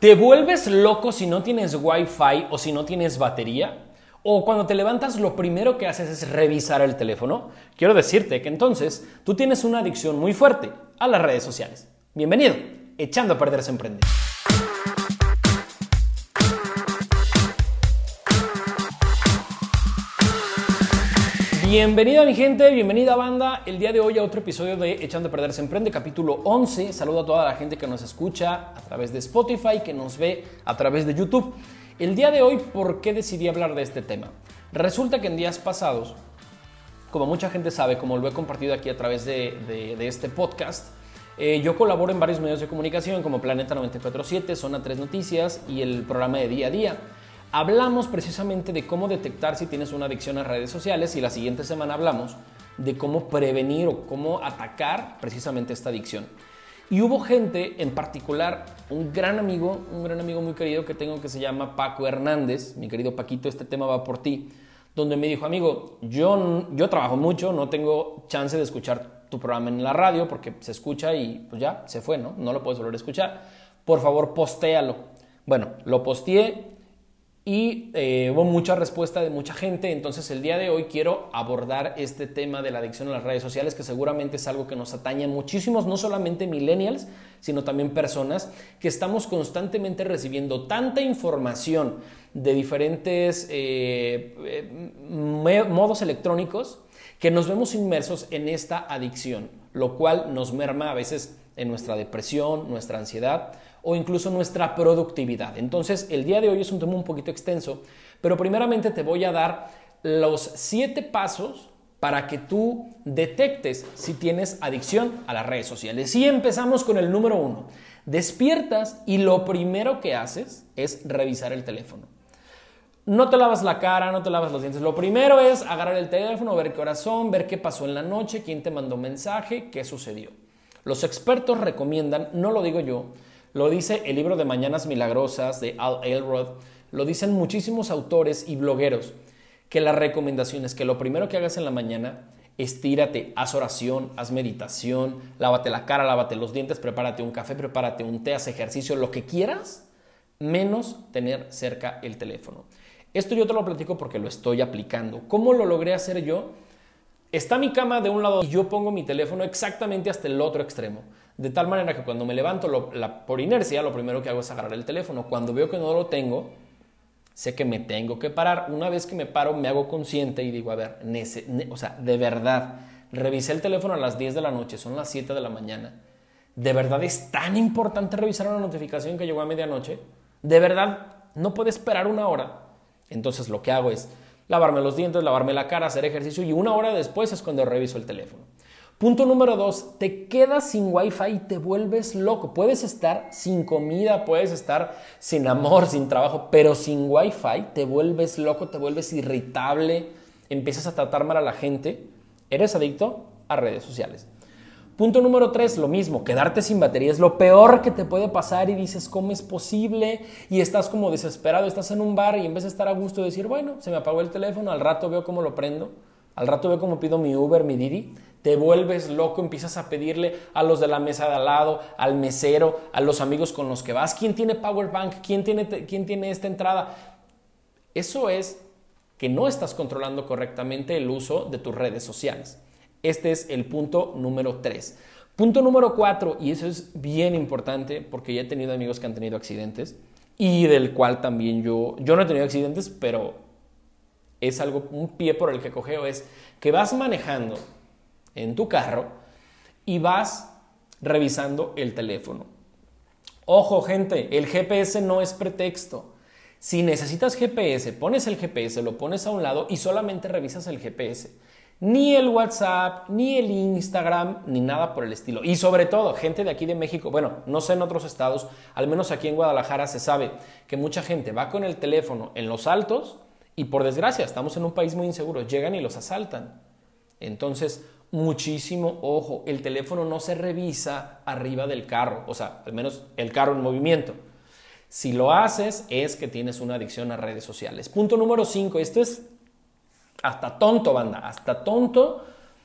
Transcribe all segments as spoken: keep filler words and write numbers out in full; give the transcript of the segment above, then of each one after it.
¿Te vuelves loco si no tienes Wi-Fi o si no tienes batería? ¿O cuando te levantas lo primero que haces es revisar el teléfono? Quiero decirte que entonces tú tienes una adicción muy fuerte a las redes sociales. Bienvenido, Echando a Perder se Emprende. Bienvenida mi gente, bienvenida banda, el día de hoy a otro episodio de Echando a Perder se Emprende, capítulo once. Saludo a toda la gente que nos escucha a través de Spotify, que nos ve a través de YouTube. El día de hoy, ¿por qué decidí hablar de este tema? Resulta que en días pasados, como mucha gente sabe, como lo he compartido aquí a través de, de, de este podcast, eh, yo colaboro en varios medios de comunicación como Planeta noventa y cuatro siete, Zona tres Noticias y el programa de Día a Día. Hablamos precisamente de cómo detectar si tienes una adicción a redes sociales y la siguiente semana hablamos de cómo prevenir o cómo atacar precisamente esta adicción. Y hubo gente, en particular, un gran amigo, un gran amigo muy querido que tengo que se llama Paco Hernández, mi querido Paquito, este tema va por ti, donde me dijo, amigo, yo, yo trabajo mucho, no tengo chance de escuchar tu programa en la radio porque se escucha y pues ya, se fue, ¿no? No lo puedes volver a escuchar. Por favor, postéalo. Bueno, lo posteé. Y eh, hubo mucha respuesta de mucha gente, entonces el día de hoy quiero abordar este tema de la adicción a las redes sociales, que seguramente es algo que nos atañe a muchísimos, no solamente millennials, sino también personas que estamos constantemente recibiendo tanta información de diferentes eh, eh, modos electrónicos que nos vemos inmersos en esta adicción, lo cual nos merma a veces en nuestra depresión, nuestra ansiedad o incluso nuestra productividad. Entonces, el día de hoy es un tema un poquito extenso, pero primeramente te voy a dar los siete pasos para que tú detectes si tienes adicción a las redes sociales. Y empezamos con el número uno. Despiertas y lo primero que haces es revisar el teléfono. No te lavas la cara, no te lavas los dientes. Lo primero es agarrar el teléfono, ver qué horas son, ver qué pasó en la noche, quién te mandó mensaje, qué sucedió. Los expertos recomiendan, no lo digo yo, lo dice el libro de Mañanas Milagrosas de Al Elrod, lo dicen muchísimos autores y blogueros, que la recomendación es que lo primero que hagas en la mañana, estírate, haz oración, haz meditación, lávate la cara, lávate los dientes, prepárate un café, prepárate un té, haz ejercicio, lo que quieras, menos tener cerca el teléfono. Esto yo te lo platico porque lo estoy aplicando. ¿Cómo lo logré hacer yo? Está mi cama de un lado y yo pongo mi teléfono exactamente hasta el otro extremo. De tal manera que cuando me levanto lo, la, por inercia, lo primero que hago es agarrar el teléfono. Cuando veo que no lo tengo, sé que me tengo que parar. Una vez que me paro, me hago consciente y digo, a ver, nece, ne, o sea, de verdad, revisé el teléfono a las diez de la noche, son las siete de la mañana. ¿De verdad es tan importante revisar una notificación que llegó a medianoche? ¿De verdad no puede esperar una hora? Entonces lo que hago es lavarme los dientes, lavarme la cara, hacer ejercicio y una hora después es cuando reviso el teléfono. Punto número dos, te quedas sin Wi-Fi y te vuelves loco. Puedes estar sin comida, puedes estar sin amor, sin trabajo, pero sin Wi-Fi te vuelves loco, te vuelves irritable, empiezas a tratar mal a la gente, eres adicto a redes sociales. Punto número tres, lo mismo, quedarte sin batería es lo peor que te puede pasar y dices, ¿cómo es posible? Y estás como desesperado, estás en un bar y en vez de estar a gusto decir, bueno, se me apagó el teléfono, al rato veo cómo lo prendo, al rato veo cómo pido mi Uber, mi Didi, te vuelves loco, empiezas a pedirle a los de la mesa de al lado, al mesero, a los amigos con los que vas, ¿quién tiene power bank? ¿Quién tiene, quién tiene esta entrada? Eso es que no estás controlando correctamente el uso de tus redes sociales. Este es el punto número tres. Punto número cuatro, y eso es bien importante porque ya he tenido amigos que han tenido accidentes y del cual también yo, yo no he tenido accidentes, pero es algo, un pie por el que cojeo, es que vas manejando en tu carro y vas revisando el teléfono. Ojo, gente, el G P S no es pretexto. Si necesitas G P S, pones el G P S, lo pones a un lado y solamente revisas el G P S. Ni el WhatsApp, ni el Instagram, ni nada por el estilo. Y sobre todo, gente de aquí de México, bueno, no sé en otros estados, al menos aquí en Guadalajara se sabe que mucha gente va con el teléfono en los altos y por desgracia estamos en un país muy inseguro, llegan y los asaltan. Entonces, muchísimo ojo, el teléfono no se revisa arriba del carro, o sea, al menos el carro en movimiento. Si lo haces es que tienes una adicción a redes sociales. Punto número cinco, esto es hasta tonto, banda, hasta tonto.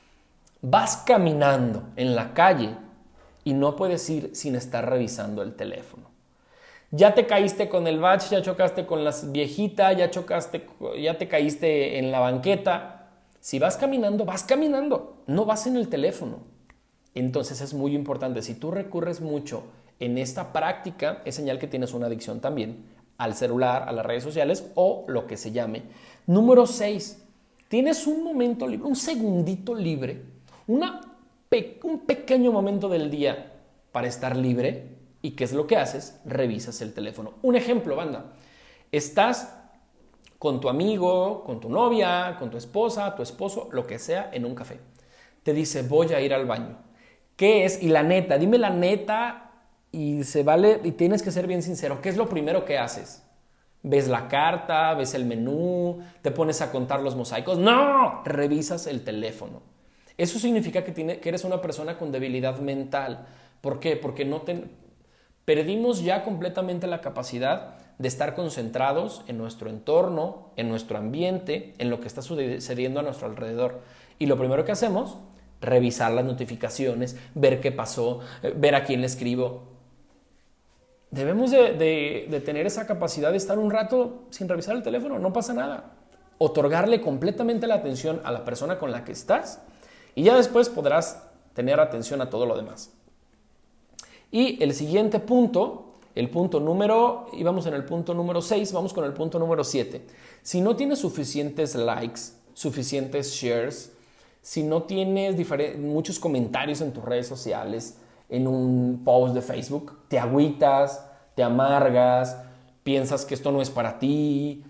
Vas caminando en la calle y no puedes ir sin estar revisando el teléfono. Ya te caíste con el batch, ya chocaste con la viejita, ya chocaste, ya te caíste en la banqueta. Si vas caminando, vas caminando, no vas en el teléfono. Entonces es muy importante, si tú recurres mucho en esta práctica, es señal que tienes una adicción también al celular, a las redes sociales o lo que se llame. Número seis, tienes un momento libre, un segundito libre, una pe- un pequeño momento del día para estar libre. ¿Y qué es lo que haces? Revisas el teléfono. Un ejemplo, banda. Estás con tu amigo, con tu novia, con tu esposa, tu esposo, lo que sea, en un café. Te dice, voy a ir al baño. ¿Qué es? Y la neta, dime la neta y se vale, y tienes que ser bien sincero. ¿Qué es lo primero que haces? ¿Ves la carta? ¿Ves el menú? ¿Te pones a contar los mosaicos? ¡No! Revisas el teléfono. Eso significa que, tiene, que eres una persona con debilidad mental. ¿Por qué? Porque no te, perdimos ya completamente la capacidad de estar concentrados en nuestro entorno, en nuestro ambiente, en lo que está sucediendo a nuestro alrededor. Y lo primero que hacemos, revisar las notificaciones, ver qué pasó, ver a quién le escribo. Debemos de, de, de tener esa capacidad de estar un rato sin revisar el teléfono, no pasa nada. Otorgarle completamente la atención a la persona con la que estás y ya después podrás tener atención a todo lo demás. Y el siguiente punto, el punto número, íbamos en el punto número seis, vamos con el punto número siete. Si no tienes suficientes likes, suficientes shares, si no tienes muchos comentarios en tus redes sociales, en un post de Facebook, te agüitas, te amargas, piensas que esto no es para ti,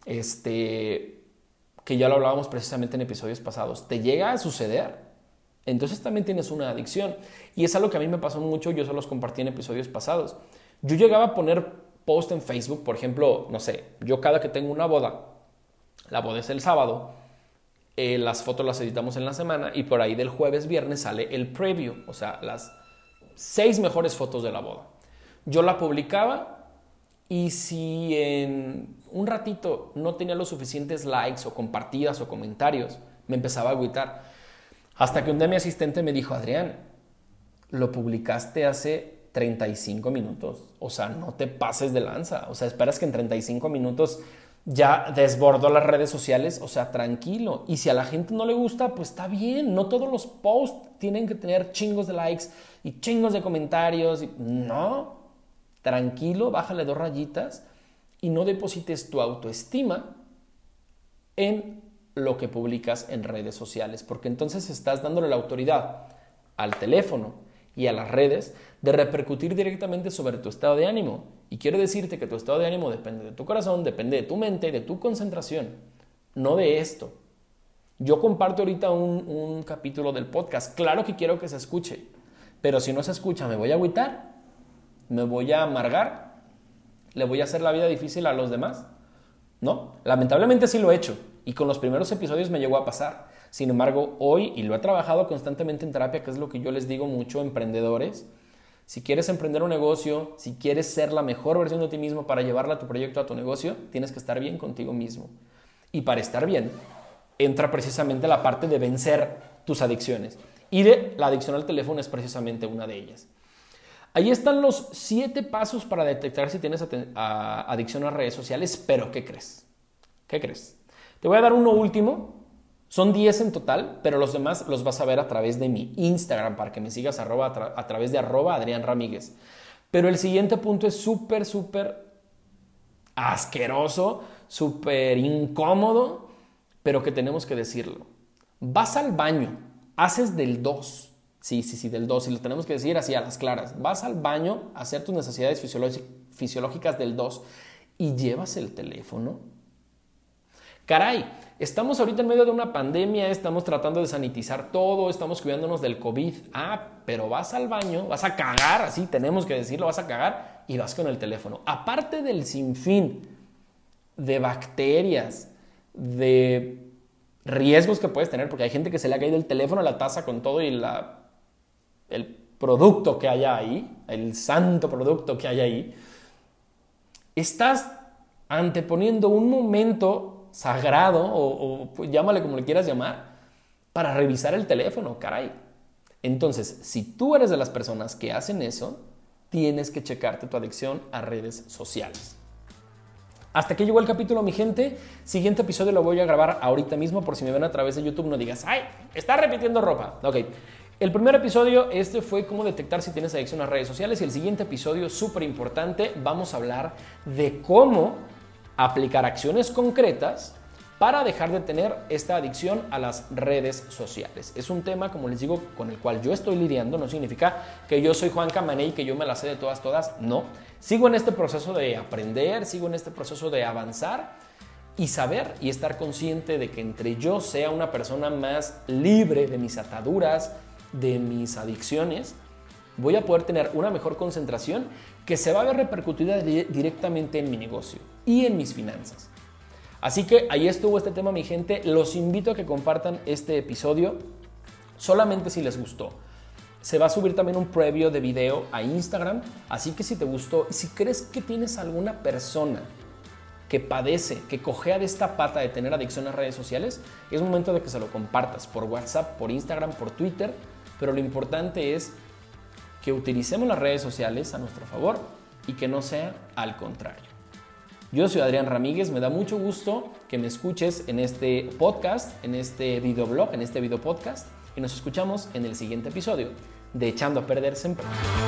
este, que ya lo hablábamos precisamente en episodios pasados, ¿te llega a suceder? Entonces también tienes una adicción. Y es algo que a mí me pasó mucho, yo se los compartí en episodios pasados. Yo llegaba a poner post en Facebook, por ejemplo, no sé, yo cada que tengo una boda, la boda es el sábado, eh, las fotos las editamos en la semana y por ahí del jueves, viernes sale el preview, o sea, las seis mejores fotos de la boda. Yo la publicaba y si en un ratito no tenía los suficientes likes o compartidas o comentarios, me empezaba a agüitar. Hasta que un día mi asistente me dijo, Adrián, lo publicaste hace treinta y cinco minutos. O sea, no te pases de lanza. O sea, esperas que en treinta y cinco minutos ya desbordó las redes sociales. O sea, tranquilo. Y si a la gente no le gusta, pues está bien. No todos los posts tienen que tener chingos de likes y chingos de comentarios. No, tranquilo, bájale dos rayitas y no deposites tu autoestima en lo que publicas en redes sociales, porque entonces estás dándole la autoridad al teléfono y a las redes de repercutir directamente sobre tu estado de ánimo. Y quiero decirte que tu estado de ánimo depende de tu corazón, depende de tu mente, de tu concentración, no de esto. Yo comparto ahorita un, un capítulo del podcast, claro que quiero que se escuche, pero si no se escucha, ¿me voy a agüitar? ¿Me voy a amargar? ¿Le voy a hacer la vida difícil a los demás? No, lamentablemente sí lo he hecho. Y con los primeros episodios me llegó a pasar. Sin embargo, hoy, y lo he trabajado constantemente en terapia, que es lo que yo les digo mucho a emprendedores, si quieres emprender un negocio, si quieres ser la mejor versión de ti mismo para llevarla a tu proyecto, a tu negocio, tienes que estar bien contigo mismo. Y para estar bien, entra precisamente la parte de vencer tus adicciones. Y de la adicción al teléfono es precisamente una de ellas. Ahí están los siete pasos para detectar si tienes adicción a redes sociales, pero ¿qué crees? ¿Qué crees? Te voy a dar uno último, son diez en total, pero los demás los vas a ver a través de mi Instagram para que me sigas arroba, a, tra- a través de arroba Adrián Ramírez. Pero el siguiente punto es súper, súper asqueroso, súper incómodo, pero que tenemos que decirlo. Vas al baño, haces del dos, sí, sí, sí, del dos, y lo tenemos que decir así a las claras. Vas al baño a hacer tus necesidades fisiológicas fisiológicas del dos y llevas el teléfono. Caray, estamos ahorita en medio de una pandemia, estamos tratando de sanitizar todo, estamos cuidándonos del COVID. Ah, pero vas al baño, vas a cagar, así tenemos que decirlo, vas a cagar y vas con el teléfono. Aparte del sinfín de bacterias, de riesgos que puedes tener, porque hay gente que se le ha caído el teléfono a la taza con todo y la, el producto que haya ahí, el santo producto que hay ahí, estás anteponiendo un momento sagrado, o, o pues, llámale como le quieras llamar, para revisar el teléfono, caray. Entonces, si tú eres de las personas que hacen eso, tienes que checarte tu adicción a redes sociales. Hasta aquí llegó el capítulo, mi gente. Siguiente episodio lo voy a grabar ahorita mismo, por si me ven a través de YouTube no digas, ¡ay! Está repitiendo ropa. Ok. El primer episodio, este fue cómo detectar si tienes adicción a redes sociales, y el siguiente episodio, súper importante, vamos a hablar de cómo aplicar acciones concretas para dejar de tener esta adicción a las redes sociales. Es un tema, como les digo, con el cual yo estoy lidiando. No significa que yo soy Juan Camané y que yo me la sé de todas, todas. No. Sigo en este proceso de aprender, sigo en este proceso de avanzar y saber y estar consciente de que entre yo sea una persona más libre de mis ataduras, de mis adicciones, voy a poder tener una mejor concentración que se va a ver repercutida directamente en mi negocio y en mis finanzas. Así que ahí estuvo este tema, mi gente. Los invito a que compartan este episodio solamente si les gustó. Se va a subir también un preview de video a Instagram, así que si te gustó y si crees que tienes alguna persona que padece, que cojea de esta pata de tener adicción a redes sociales, es momento de que se lo compartas por WhatsApp, por Instagram, por Twitter, pero lo importante es que utilicemos las redes sociales a nuestro favor y que no sea al contrario. Yo soy Adrián Ramírez, me da mucho gusto que me escuches en este podcast, en este videoblog, en este video podcast, y nos escuchamos en el siguiente episodio de Echando a Perder Siempre.